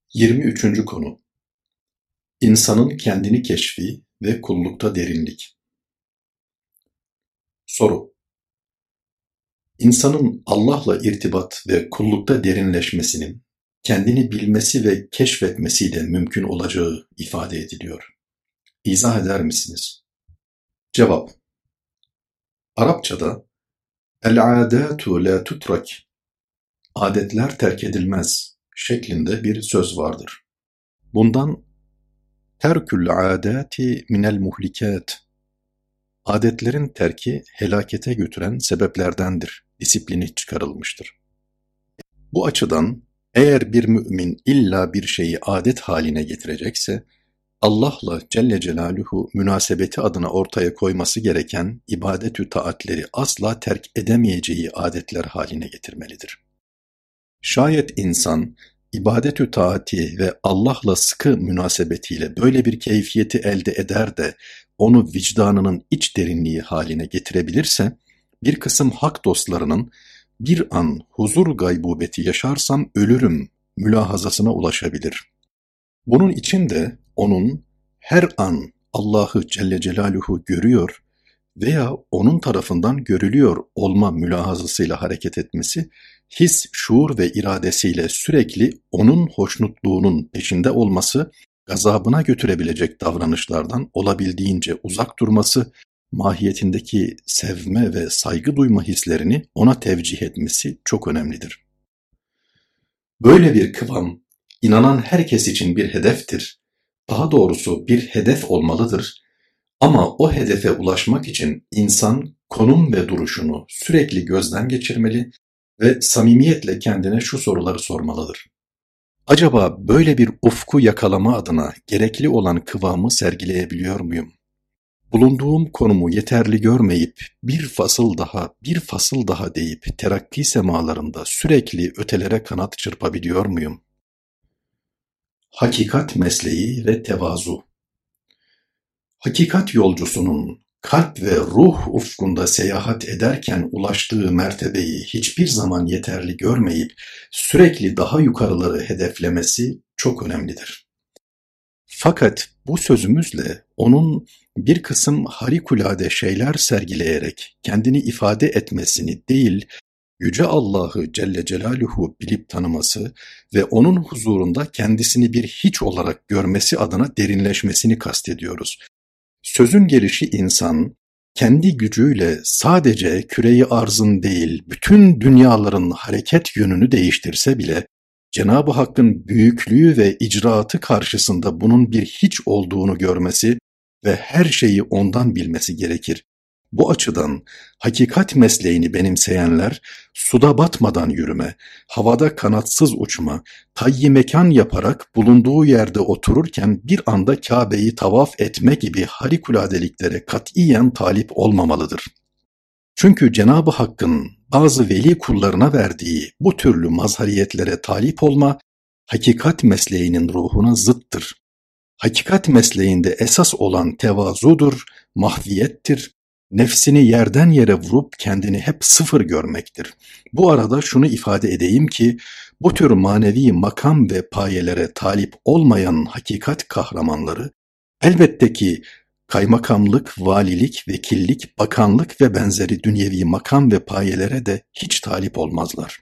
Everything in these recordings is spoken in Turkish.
23. konu: İnsanın kendini keşfi ve kullukta derinlik. Soru: İnsanın Allah'la irtibat ve kullukta derinleşmesinin kendini bilmesi ve keşfetmesiyle mümkün olacağı ifade ediliyor. İzah eder misiniz? Cevap: Arapçada "El-âdâtu lâ tutrak", adetler terk edilmez şeklinde bir söz vardır. Bundan "terkül âdâti minel muhlikât", adetlerin terki helakete götüren sebeplerdendir disiplini çıkarılmıştır. Bu açıdan eğer bir mümin illa bir şeyi adet haline getirecekse, Allah'la Celle Celaluhu münasebeti adına ortaya koyması gereken ibadetü taatleri asla terk edemeyeceği adetler haline getirmelidir. Şayet insan ibadetü taati ve Allah'la sıkı münasebetiyle böyle bir keyfiyeti elde eder de onu vicdanının iç derinliği haline getirebilirse, bir kısım hak dostlarının "bir an huzur gaybubeti yaşarsam ölürüm" mülahazasına ulaşabilir. Bunun için de onun her an Allah'ı Celle Celaluhu görüyor veya onun tarafından görülüyor olma mülahazasıyla hareket etmesi, his, şuur ve iradesiyle sürekli onun hoşnutluğunun peşinde olması, gazabına götürebilecek davranışlardan olabildiğince uzak durması, mahiyetindeki sevme ve saygı duyma hislerini ona tevcih etmesi çok önemlidir. Böyle bir kıvam, inanan herkes için bir hedeftir. Daha doğrusu bir hedef olmalıdır. Ama o hedefe ulaşmak için insan konum ve duruşunu sürekli gözden geçirmeli ve samimiyetle kendine şu soruları sormalıdır. Acaba böyle bir ufku yakalama adına gerekli olan kıvamı sergileyebiliyor muyum? Bulunduğum konumu yeterli görmeyip bir fasıl daha deyip terakki semalarında sürekli ötelere kanat çırpabiliyor muyum? Hakikat mesleği ve tevazu. Hakikat yolcusunun kalp ve ruh ufkunda seyahat ederken ulaştığı mertebeyi hiçbir zaman yeterli görmeyip sürekli daha yukarıları hedeflemesi çok önemlidir. Fakat bu sözümüzle onun bir kısım harikulade şeyler sergileyerek kendini ifade etmesini değil, Yüce Allah'ı Celle Celaluhu bilip tanıması ve onun huzurunda kendisini bir hiç olarak görmesi adına derinleşmesini kastediyoruz. Sözün gelişi insan, kendi gücüyle sadece küreyi arzın değil, bütün dünyaların hareket yönünü değiştirse bile, Cenab-ı Hakk'ın büyüklüğü ve icraatı karşısında bunun bir hiç olduğunu görmesi ve her şeyi ondan bilmesi gerekir. Bu açıdan hakikat mesleğini benimseyenler, suda batmadan yürüme, havada kanatsız uçma, tayyi mekan yaparak bulunduğu yerde otururken bir anda Kabe'yi tavaf etme gibi harikuladeliklere katiyen talip olmamalıdır. Çünkü Cenab-ı Hakk'ın bazı veli kullarına verdiği bu türlü mazhariyetlere talip olma, hakikat mesleğinin ruhuna zıttır. Hakikat mesleğinde esas olan tevazudur, mahviyettir, nefsini yerden yere vurup kendini hep sıfır görmektir. Bu arada şunu ifade edeyim ki, bu tür manevi makam ve payelere talip olmayan hakikat kahramanları, elbette ki kaymakamlık, valilik, vekillik, bakanlık ve benzeri dünyevi makam ve payelere de hiç talip olmazlar.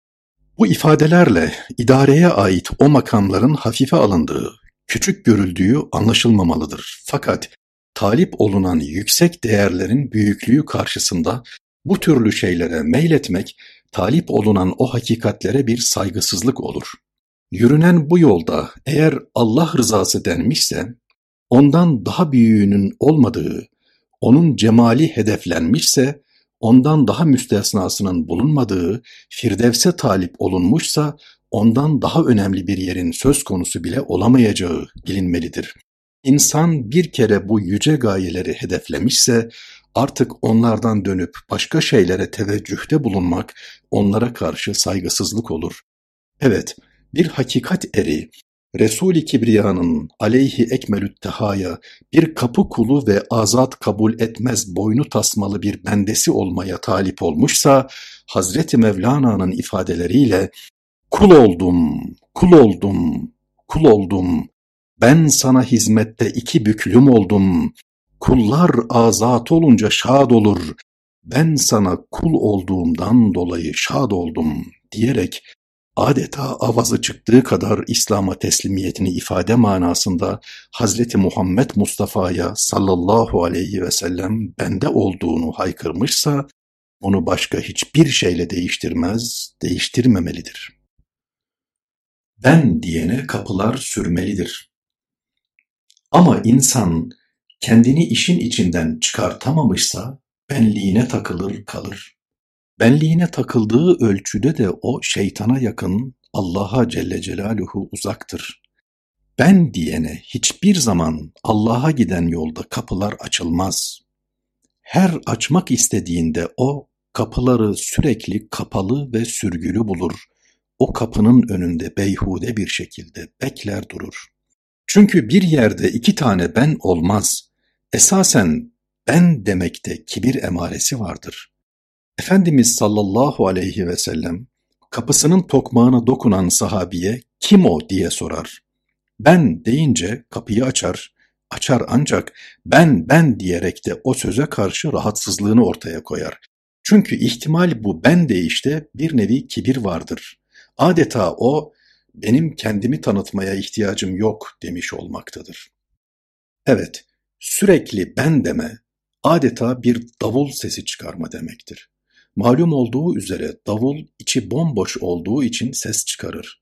Bu ifadelerle idareye ait o makamların hafife alındığı, küçük görüldüğü anlaşılmamalıdır. Fakat talip olunan yüksek değerlerin büyüklüğü karşısında bu türlü şeylere meyletmek, talip olunan o hakikatlere bir saygısızlık olur. Yürünen bu yolda eğer Allah rızası denmişse, ondan daha büyüğünün olmadığı, onun cemali hedeflenmişse, ondan daha müstesnasının bulunmadığı, Firdevs'e talip olunmuşsa, ondan daha önemli bir yerin söz konusu bile olamayacağı bilinmelidir. İnsan bir kere bu yüce gayeleri hedeflemişse, artık onlardan dönüp başka şeylere teveccühte bulunmak, onlara karşı saygısızlık olur. Evet, bir hakikat eri, Resul-i Kibriya'nın aleyhi ekmelü't tehaya bir kapı kulu ve azat kabul etmez boynu tasmalı bir bendesi olmaya talip olmuşsa, Hazreti Mevlana'nın ifadeleriyle kul oldum, kul oldum, kul oldum. Ben sana hizmette iki büklüm oldum. Kullar azat olunca şad olur. Ben sana kul olduğumdan dolayı şad oldum diyerek adeta avazı çıktığı kadar İslam'a teslimiyetini ifade manasında Hazreti Muhammed Mustafa'ya sallallahu aleyhi ve sellem bende olduğunu haykırmışsa onu başka hiçbir şeyle değiştirmez, değiştirmemelidir. Ben diyene kapılar sürmelidir. Ama insan kendini işin içinden çıkartamamışsa benliğine takılır kalır. Benliğine takıldığı ölçüde de o şeytana yakın, Allah'a Celle Celaluhu uzaktır. Ben diyene hiçbir zaman Allah'a giden yolda kapılar açılmaz. Her açmak istediğinde o kapıları sürekli kapalı ve sürgülü bulur. O kapının önünde beyhude bir şekilde bekler durur. Çünkü bir yerde iki tane ben olmaz. Esasen ben demekte kibir emaresi vardır. Efendimiz sallallahu aleyhi ve sellem kapısının tokmağına dokunan sahabiye kim o diye sorar. Ben deyince kapıyı açar, açar ancak ben diyerek de o söze karşı rahatsızlığını ortaya koyar. Çünkü ihtimal bu ben deyişte bir nevi kibir vardır. Adeta o benim kendimi tanıtmaya ihtiyacım yok demiş olmaktadır. Evet, sürekli ben deme adeta bir davul sesi çıkarma demektir. Malum olduğu üzere davul içi bomboş olduğu için ses çıkarır.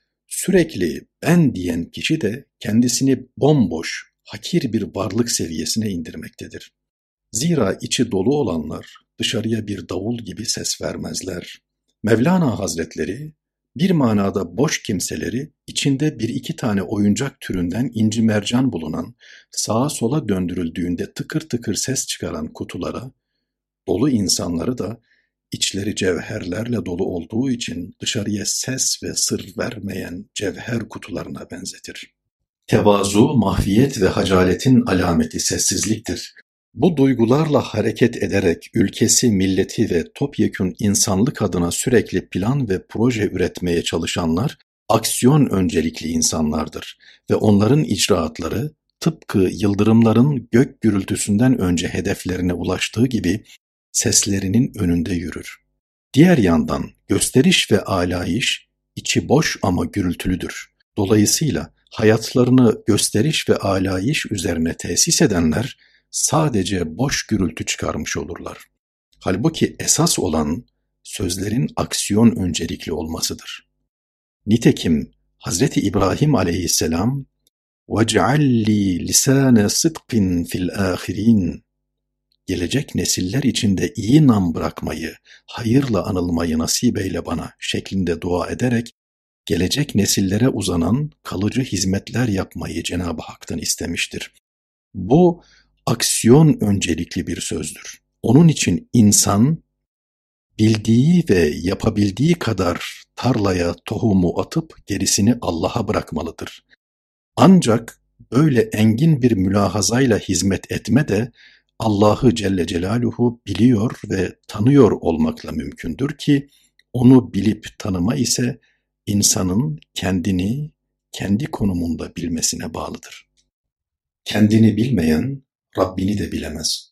Sürekli ben diyen kişi de kendisini bomboş, hakir bir varlık seviyesine indirmektedir. Zira içi dolu olanlar dışarıya bir davul gibi ses vermezler. Mevlana Hazretleri bir manada boş kimseleri içinde bir iki tane oyuncak türünden inci mercan bulunan, sağa sola döndürüldüğünde tıkır tıkır ses çıkaran kutulara, dolu insanları da içleri cevherlerle dolu olduğu için dışarıya ses ve sır vermeyen cevher kutularına benzetir. Tevazu, mahfiyet ve hacaletin alameti sessizliktir. Bu duygularla hareket ederek ülkesi, milleti ve topyekün insanlık adına sürekli plan ve proje üretmeye çalışanlar aksiyon öncelikli insanlardır ve onların icraatları tıpkı yıldırımların gök gürültüsünden önce hedeflerine ulaştığı gibi seslerinin önünde yürür. Diğer yandan gösteriş ve alayış içi boş ama gürültülüdür. Dolayısıyla hayatlarını gösteriş ve alayış üzerine tesis edenler sadece boş gürültü çıkarmış olurlar. Halbuki esas olan sözlerin aksiyon öncelikli olmasıdır. Nitekim Hazreti İbrahim aleyhisselam وَجْعَلْ لِي لِسَانَ صِدْقٍ فِي الْآخِرِينَ gelecek nesiller içinde iyi nam bırakmayı, hayırla anılmayı nasip eyle bana şeklinde dua ederek gelecek nesillere uzanan kalıcı hizmetler yapmayı Cenab-ı Hak'tan istemiştir. Bu aksiyon öncelikli bir sözdür. Onun için insan bildiği ve yapabildiği kadar tarlaya tohumu atıp gerisini Allah'a bırakmalıdır. Ancak böyle engin bir mülahazayla hizmet etme de Allah'ı Celle Celaluhu biliyor ve tanıyor olmakla mümkündür ki onu bilip tanıma ise insanın kendini kendi konumunda bilmesine bağlıdır. Kendini bilmeyen Rabbini de bilemez.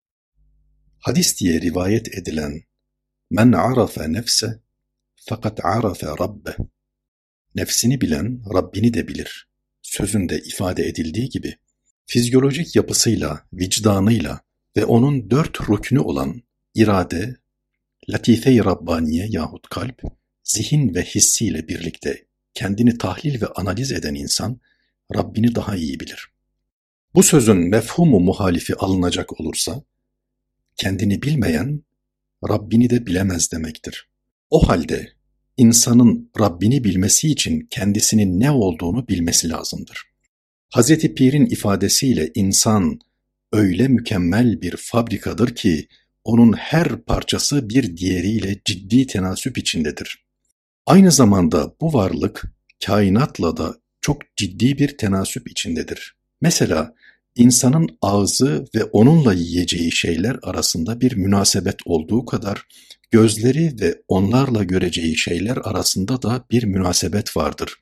Hadis diye rivayet edilen men arafe nefse fakat arafe rabbe, nefsini bilen Rabbini de bilir sözünde ifade edildiği gibi fizyolojik yapısıyla, vicdanıyla ve onun 4 rüknü olan irade, latife-i Rabbaniye yahut kalp, zihin ve hissiyle birlikte kendini tahlil ve analiz eden insan Rabbini daha iyi bilir. Bu sözün mefhumu muhalifi alınacak olursa, kendini bilmeyen Rabbini de bilemez demektir. O halde insanın Rabbini bilmesi için kendisinin ne olduğunu bilmesi lazımdır. Hazreti Pir'in ifadesiyle insan öyle mükemmel bir fabrikadır ki onun her parçası bir diğeriyle ciddi tenasüp içindedir. Aynı zamanda bu varlık kainatla da çok ciddi bir tenasüp içindedir. Mesela insanın ağzı ve onunla yiyeceği şeyler arasında bir münasebet olduğu kadar gözleri ve onlarla göreceği şeyler arasında da bir münasebet vardır.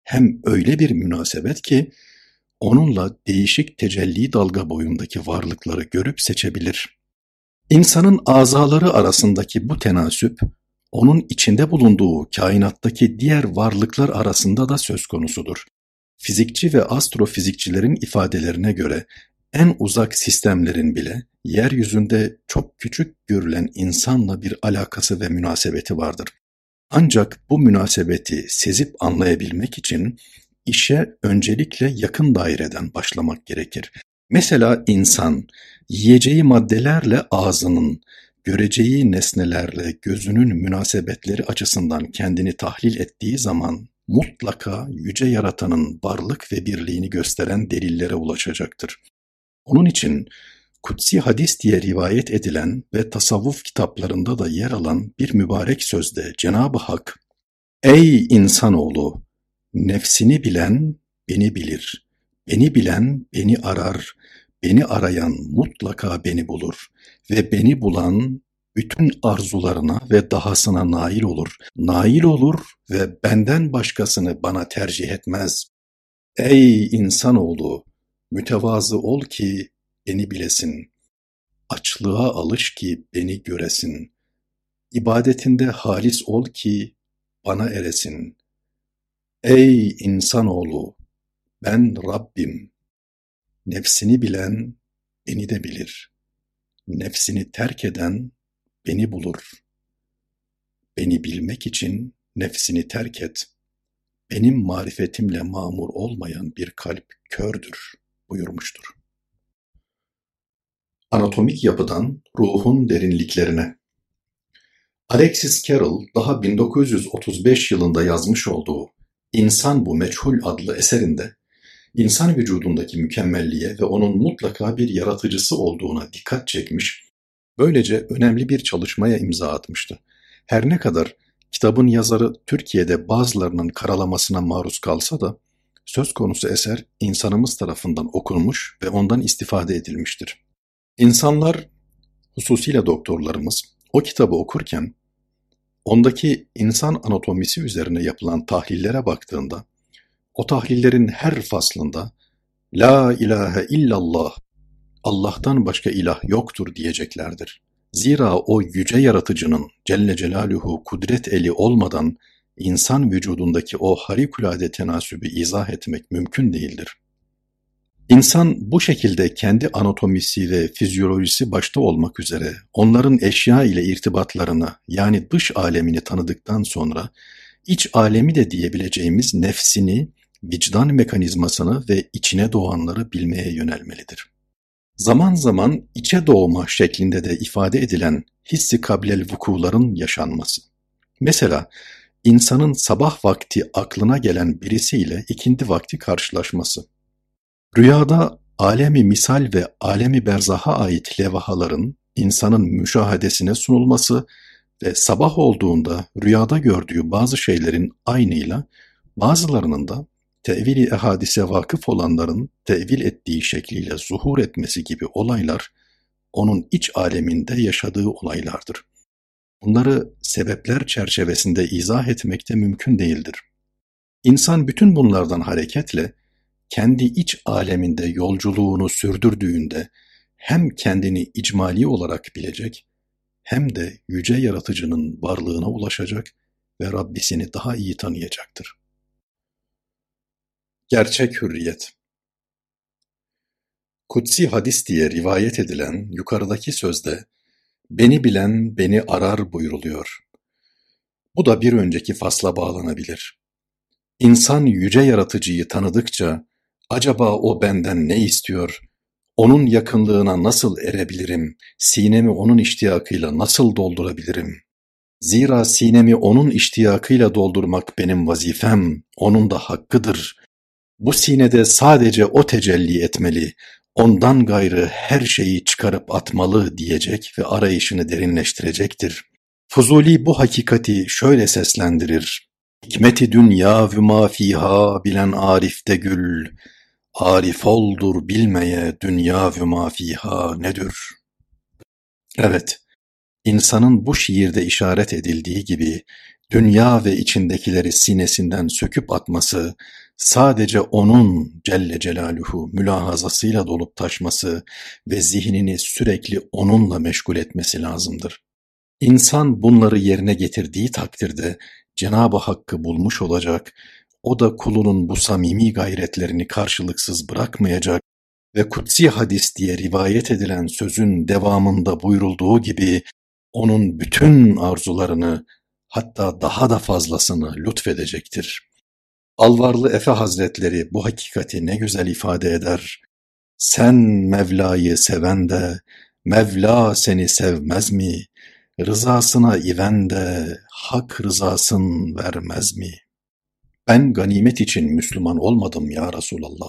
hem öyle bir münasebet ki onunla değişik tecelli dalga boyundaki varlıkları görüp seçebilir. İnsanın azaları arasındaki bu tenasüp, onun içinde bulunduğu kainattaki diğer varlıklar arasında da söz konusudur. Fizikçi ve astrofizikçilerin ifadelerine göre en uzak sistemlerin bile yeryüzünde çok küçük görülen insanla bir alakası ve münasebeti vardır. Ancak bu münasebeti sezip anlayabilmek için işe öncelikle yakın daireden başlamak gerekir. Mesela insan, yiyeceği maddelerle ağzının, göreceği nesnelerle gözünün münasebetleri açısından kendini tahlil ettiği zaman mutlaka yüce yaratanın varlık ve birliğini gösteren delillere ulaşacaktır. Onun için kutsi hadis diye rivayet edilen ve tasavvuf kitaplarında da yer alan bir mübarek sözde Cenab-ı Hak, "Ey insanoğlu, nefsini bilen beni bilir, beni bilen beni arar, beni arayan mutlaka beni bulur ve beni bulan bütün arzularına ve dahasına nail olur, nail olur ve benden başkasını bana tercih etmez. Ey insanoğlu, mütevazı ol ki beni bilesin, açlığa alış ki beni göresin, ibadetinde halis ol ki bana eresin. Ey insanoğlu, ben Rabbim, nefsini bilen beni de bilir, nefsini terk eden beni bulur. Beni bilmek için nefsini terk et, benim marifetimle mamur olmayan bir kalp kördür" buyurmuştur. Anatomik yapıdan ruhun derinliklerine. Alexis Carrel daha 1935 yılında yazmış olduğu "İnsan bu Meçhul" adlı eserinde insan vücudundaki mükemmelliğe ve onun mutlaka bir yaratıcısı olduğuna dikkat çekmiş, böylece önemli bir çalışmaya imza atmıştı. Her ne kadar kitabın yazarı Türkiye'de bazılarının karalamasına maruz kalsa da söz konusu eser insanımız tarafından okunmuş ve ondan istifade edilmiştir. İnsanlar, hususiyle doktorlarımız, o kitabı okurken ondaki insan anatomisi üzerine yapılan tahlillere baktığında, o tahlillerin her faslında "La ilahe illallah, Allah'tan başka ilah yoktur" diyeceklerdir. Zira o yüce yaratıcının Celle Celaluhu kudret eli olmadan insan vücudundaki o harikulade tenasübü izah etmek mümkün değildir. İnsan bu şekilde kendi anatomisi ve fizyolojisi başta olmak üzere onların eşya ile irtibatlarını, yani dış alemini tanıdıktan sonra iç alemi de diyebileceğimiz nefsini, vicdan mekanizmasını ve içine doğanları bilmeye yönelmelidir. Zaman zaman içe doğma şeklinde de ifade edilen hissi kablel vukuların yaşanması. Mesela insanın sabah vakti aklına gelen birisiyle ikindi vakti karşılaşması. Rüyada alemi misal ve alemi berzaha ait levhaların insanın müşahedesine sunulması ve sabah olduğunda rüyada gördüğü bazı şeylerin aynıyla bazılarının da tevil-i ehadise vakıf olanların tevil ettiği şekliyle zuhur etmesi gibi olaylar onun iç aleminde yaşadığı olaylardır. Bunları sebepler çerçevesinde izah etmek de mümkün değildir. İnsan bütün bunlardan hareketle kendi iç aleminde yolculuğunu sürdürdüğünde hem kendini icmali olarak bilecek hem de yüce yaratıcının varlığına ulaşacak ve Rabbisini daha iyi tanıyacaktır. Gerçek hürriyet. Kutsi hadis diye rivayet edilen yukarıdaki sözde "Beni bilen beni arar" buyruluyor. Bu da bir önceki fasla bağlanabilir. İnsan yüce yaratıcıyı tanıdıkça acaba o benden ne istiyor? Onun yakınlığına nasıl erebilirim? Sinemi onun iştiyakıyla nasıl doldurabilirim? Zira sinemi onun iştiyakıyla doldurmak benim vazifem, onun da hakkıdır. Bu sinede sadece o tecelli etmeli, ondan gayrı her şeyi çıkarıp atmalı diyecek ve arayışını derinleştirecektir. Fuzuli bu hakikati şöyle seslendirir: "Hikmeti dünya ve ma fiha bilen arifte gül, arif oldur bilmeye dünya ve ma fiha nedir?" Evet, insanın bu şiirde işaret edildiği gibi dünya ve içindekileri sinesinden söküp atması, sadece onun Celle Celaluhu mülahazasıyla dolup taşması ve zihnini sürekli onunla meşgul etmesi lazımdır. İnsan bunları yerine getirdiği takdirde Cenab-ı Hakk'ı bulmuş olacak, o da kulunun bu samimi gayretlerini karşılıksız bırakmayacak ve kutsi hadis diye rivayet edilen sözün devamında buyurulduğu gibi onun bütün arzularını, hatta daha da fazlasını lütfedecektir. Alvarlı Efe Hazretleri bu hakikati ne güzel ifade eder. Sen Mevla'yı seven de Mevla seni sevmez mi? Rızasına iven de hak rızasın vermez mi? Ben ganimet için Müslüman olmadım ya Resulallah.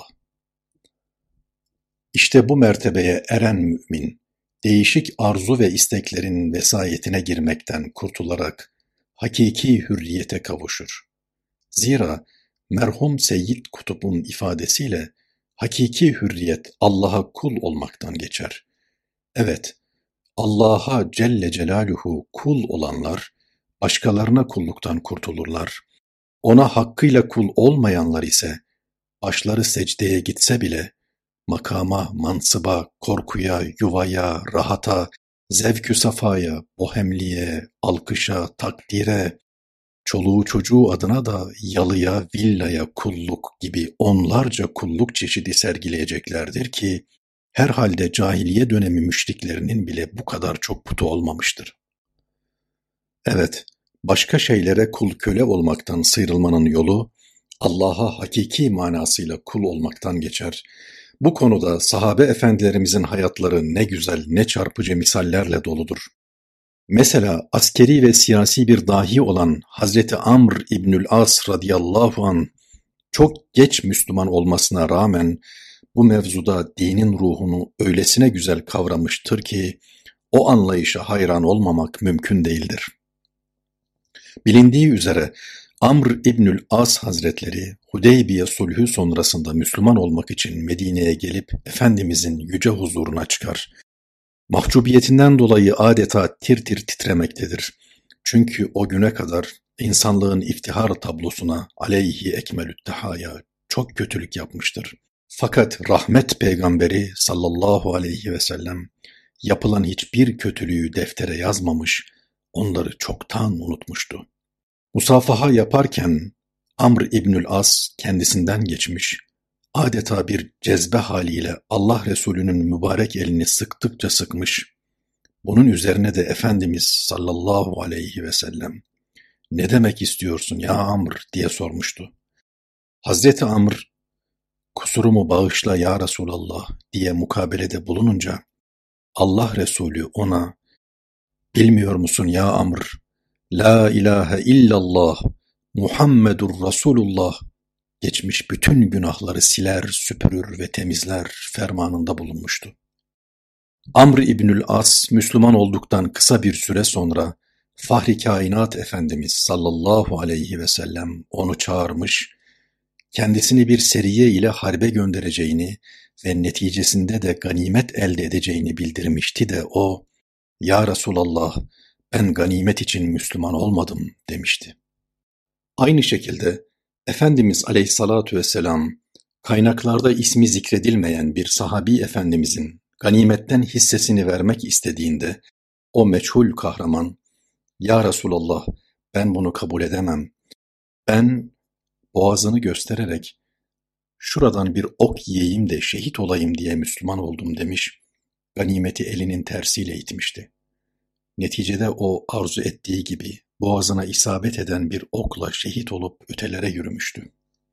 İşte bu mertebeye eren mümin, değişik arzu ve isteklerin vesayetine girmekten kurtularak hakiki hürriyete kavuşur. Zira merhum Seyyid Kutup'un ifadesiyle hakiki hürriyet Allah'a kul olmaktan geçer. Evet, Allah'a Celle Celaluhu kul olanlar, başkalarına kulluktan kurtulurlar. Ona hakkıyla kul olmayanlar ise, başları secdeye gitse bile, makama, mansıba, korkuya, yuvaya, rahata, zevk-ü safaya, bohemliğe, alkışa, takdire, çoluğu çocuğu adına da yalıya, villaya kulluk gibi onlarca kulluk çeşidi sergileyeceklerdir ki, herhalde cahiliye dönemi müşriklerinin bile bu kadar çok putu olmamıştır. Evet, başka şeylere kul köle olmaktan sıyrılmanın yolu, Allah'a hakiki manasıyla kul olmaktan geçer. Bu konuda sahabe efendilerimizin hayatları ne güzel, ne çarpıcı misallerle doludur. Mesela askeri ve siyasi bir dahi olan Hazreti Amr İbnül As radıyallahu anh, çok geç Müslüman olmasına rağmen bu mevzuda dinin ruhunu öylesine güzel kavramıştır ki, o anlayışa hayran olmamak mümkün değildir. Bilindiği üzere Amr İbnül As Hazretleri Hudeybiye sulhü sonrasında Müslüman olmak için Medine'ye gelip Efendimizin yüce huzuruna çıkar. Mahcubiyetinden dolayı adeta tir tir titremektedir. Çünkü o güne kadar insanlığın iftihar tablosuna aleyhi ekmelüttehaya çok kötülük yapmıştır. Fakat rahmet peygamberi sallallahu aleyhi ve sellem yapılan hiçbir kötülüğü deftere yazmamış, onları çoktan unutmuştu. Musafaha yaparken Amr İbnül As kendisinden geçmiş, adeta bir cezbe haliyle Allah Resulü'nün mübarek elini sıktıkça sıkmış. Bunun üzerine de Efendimiz sallallahu aleyhi ve sellem, "Ne demek istiyorsun ya Amr?" diye sormuştu. Hazreti Amr, "Kusurumu bağışla ya Resulallah" diye mukabelede bulununca, Allah Resulü ona, "Bilmiyor musun ya Amr? La ilahe illallah, Muhammedur Resulullah, geçmiş bütün günahları siler, süpürür ve temizler" fermanında bulunmuştu. Amr İbnül As, Müslüman olduktan kısa bir süre sonra, Fahri Kainat Efendimiz sallallahu aleyhi ve sellem onu çağırmış, kendisini bir seriye ile harbe göndereceğini ve neticesinde de ganimet elde edeceğini bildirmişti de o, "Ya Resulallah, ben ganimet için Müslüman olmadım" demişti. Aynı şekilde Efendimiz aleyhissalatu vesselam, kaynaklarda ismi zikredilmeyen bir sahabi efendimizin ganimetten hissesini vermek istediğinde, o meçhul kahraman, "Ya Resulallah, ben bunu kabul edemem. Ben," boğazını göstererek, "şuradan bir ok yiyeyim de şehit olayım diye Müslüman oldum" demiş, ganimeti elinin tersiyle itmişti. Neticede o arzu ettiği gibi boğazına isabet eden bir okla şehit olup ötelere yürümüştü.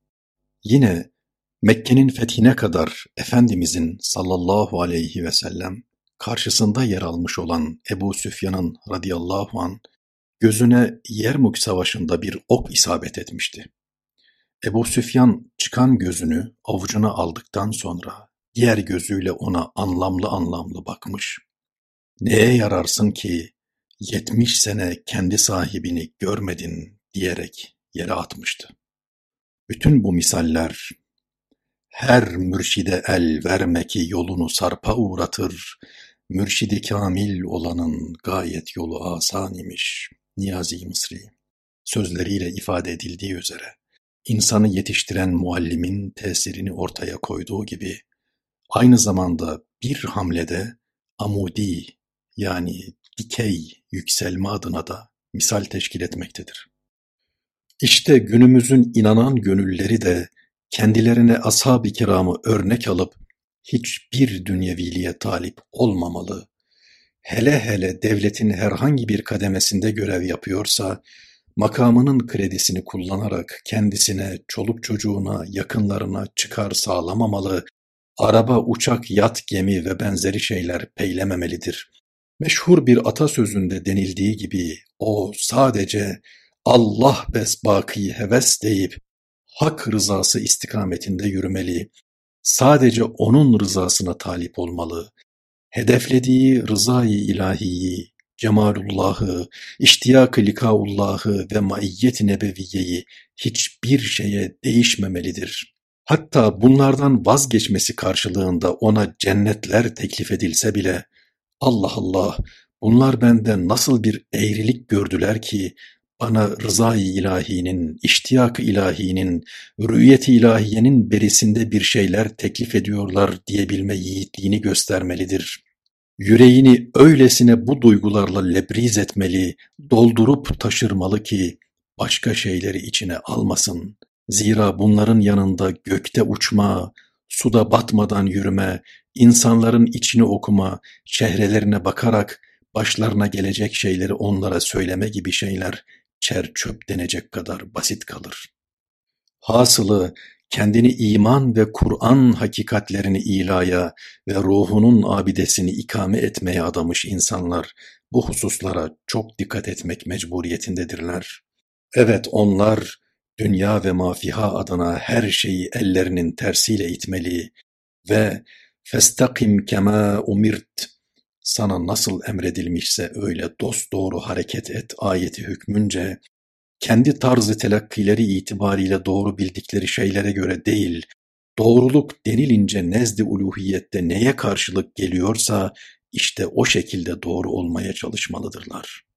Yine Mekke'nin fethine kadar Efendimizin sallallahu aleyhi ve sellem karşısında yer almış olan Ebu Süfyan'ın radıyallahu anh gözüne Yermük Savaşı'nda bir ok isabet etmişti. Ebu Süfyan çıkan gözünü avucuna aldıktan sonra diğer gözüyle ona anlamlı anlamlı bakmış. "Neye yararsın ki 70 sene kendi sahibini görmedin" diyerek yere atmıştı. Bütün bu misaller, her mürşide el verme ki yolunu sarpa uğratır, mürşidi kamil olanın gayet yolu asan imiş. Niyazi Mısri. sözleriyle ifade edildiği üzere, insanı yetiştiren muallimin tesirini ortaya koyduğu gibi, aynı zamanda bir hamlede amudi yani dikey yükselme adına da misal teşkil etmektedir. İşte günümüzün inanan gönülleri de kendilerine ashab-ı kiramı örnek alıp hiçbir dünyeviliğe talip olmamalı. Hele hele devletin herhangi bir kademesinde görev yapıyorsa, makamının kredisini kullanarak kendisine, çoluk çocuğuna, yakınlarına çıkar sağlamamalı, araba, uçak, yat, gemi ve benzeri şeyler peylememelidir. Meşhur bir atasözünde denildiği gibi o sadece Allah besbaki heves deyip hak rızası istikametinde yürümeli, sadece onun rızasına talip olmalı, hedeflediği rızayı ilahiyi, cemalullahı, iştiyak-ı likaullahı ve maiyyet-i nebeviyeyi hiçbir şeye değişmemelidir. Hatta bunlardan vazgeçmesi karşılığında ona cennetler teklif edilse bile, Allah Allah, bunlar bende nasıl bir eğrilik gördüler ki, bana rızayı ilahinin, iştiyak-ı ilahinin, rü'yet-i ilahiyenin berisinde bir şeyler teklif ediyorlar diyebilme yiğitliğini göstermelidir. Yüreğini öylesine bu duygularla lebriz etmeli, doldurup taşırmalı ki başka şeyleri içine almasın. Zira bunların yanında gökte uçma, suda batmadan yürüme, insanların içini okuma, çehrelerine bakarak başlarına gelecek şeyleri onlara söyleme gibi şeyler çer çöp denecek kadar basit kalır. Hasılı kendini iman ve Kur'an hakikatlerini ilaya ve ruhunun abidesini ikame etmeye adamış insanlar bu hususlara çok dikkat etmek mecburiyetindedirler. Evet, onlar dünya ve mafiha adına her şeyi ellerinin tersiyle itmeli ve "Festakim kema umirt" sana nasıl emredilmişse öyle dosdoğru hareket et ayeti hükmünce kendi tarzı telakkileri itibariyle doğru bildikleri şeylere göre değil, doğruluk denilince nezd-i uluhiyette neye karşılık geliyorsa işte o şekilde doğru olmaya çalışmalıdırlar.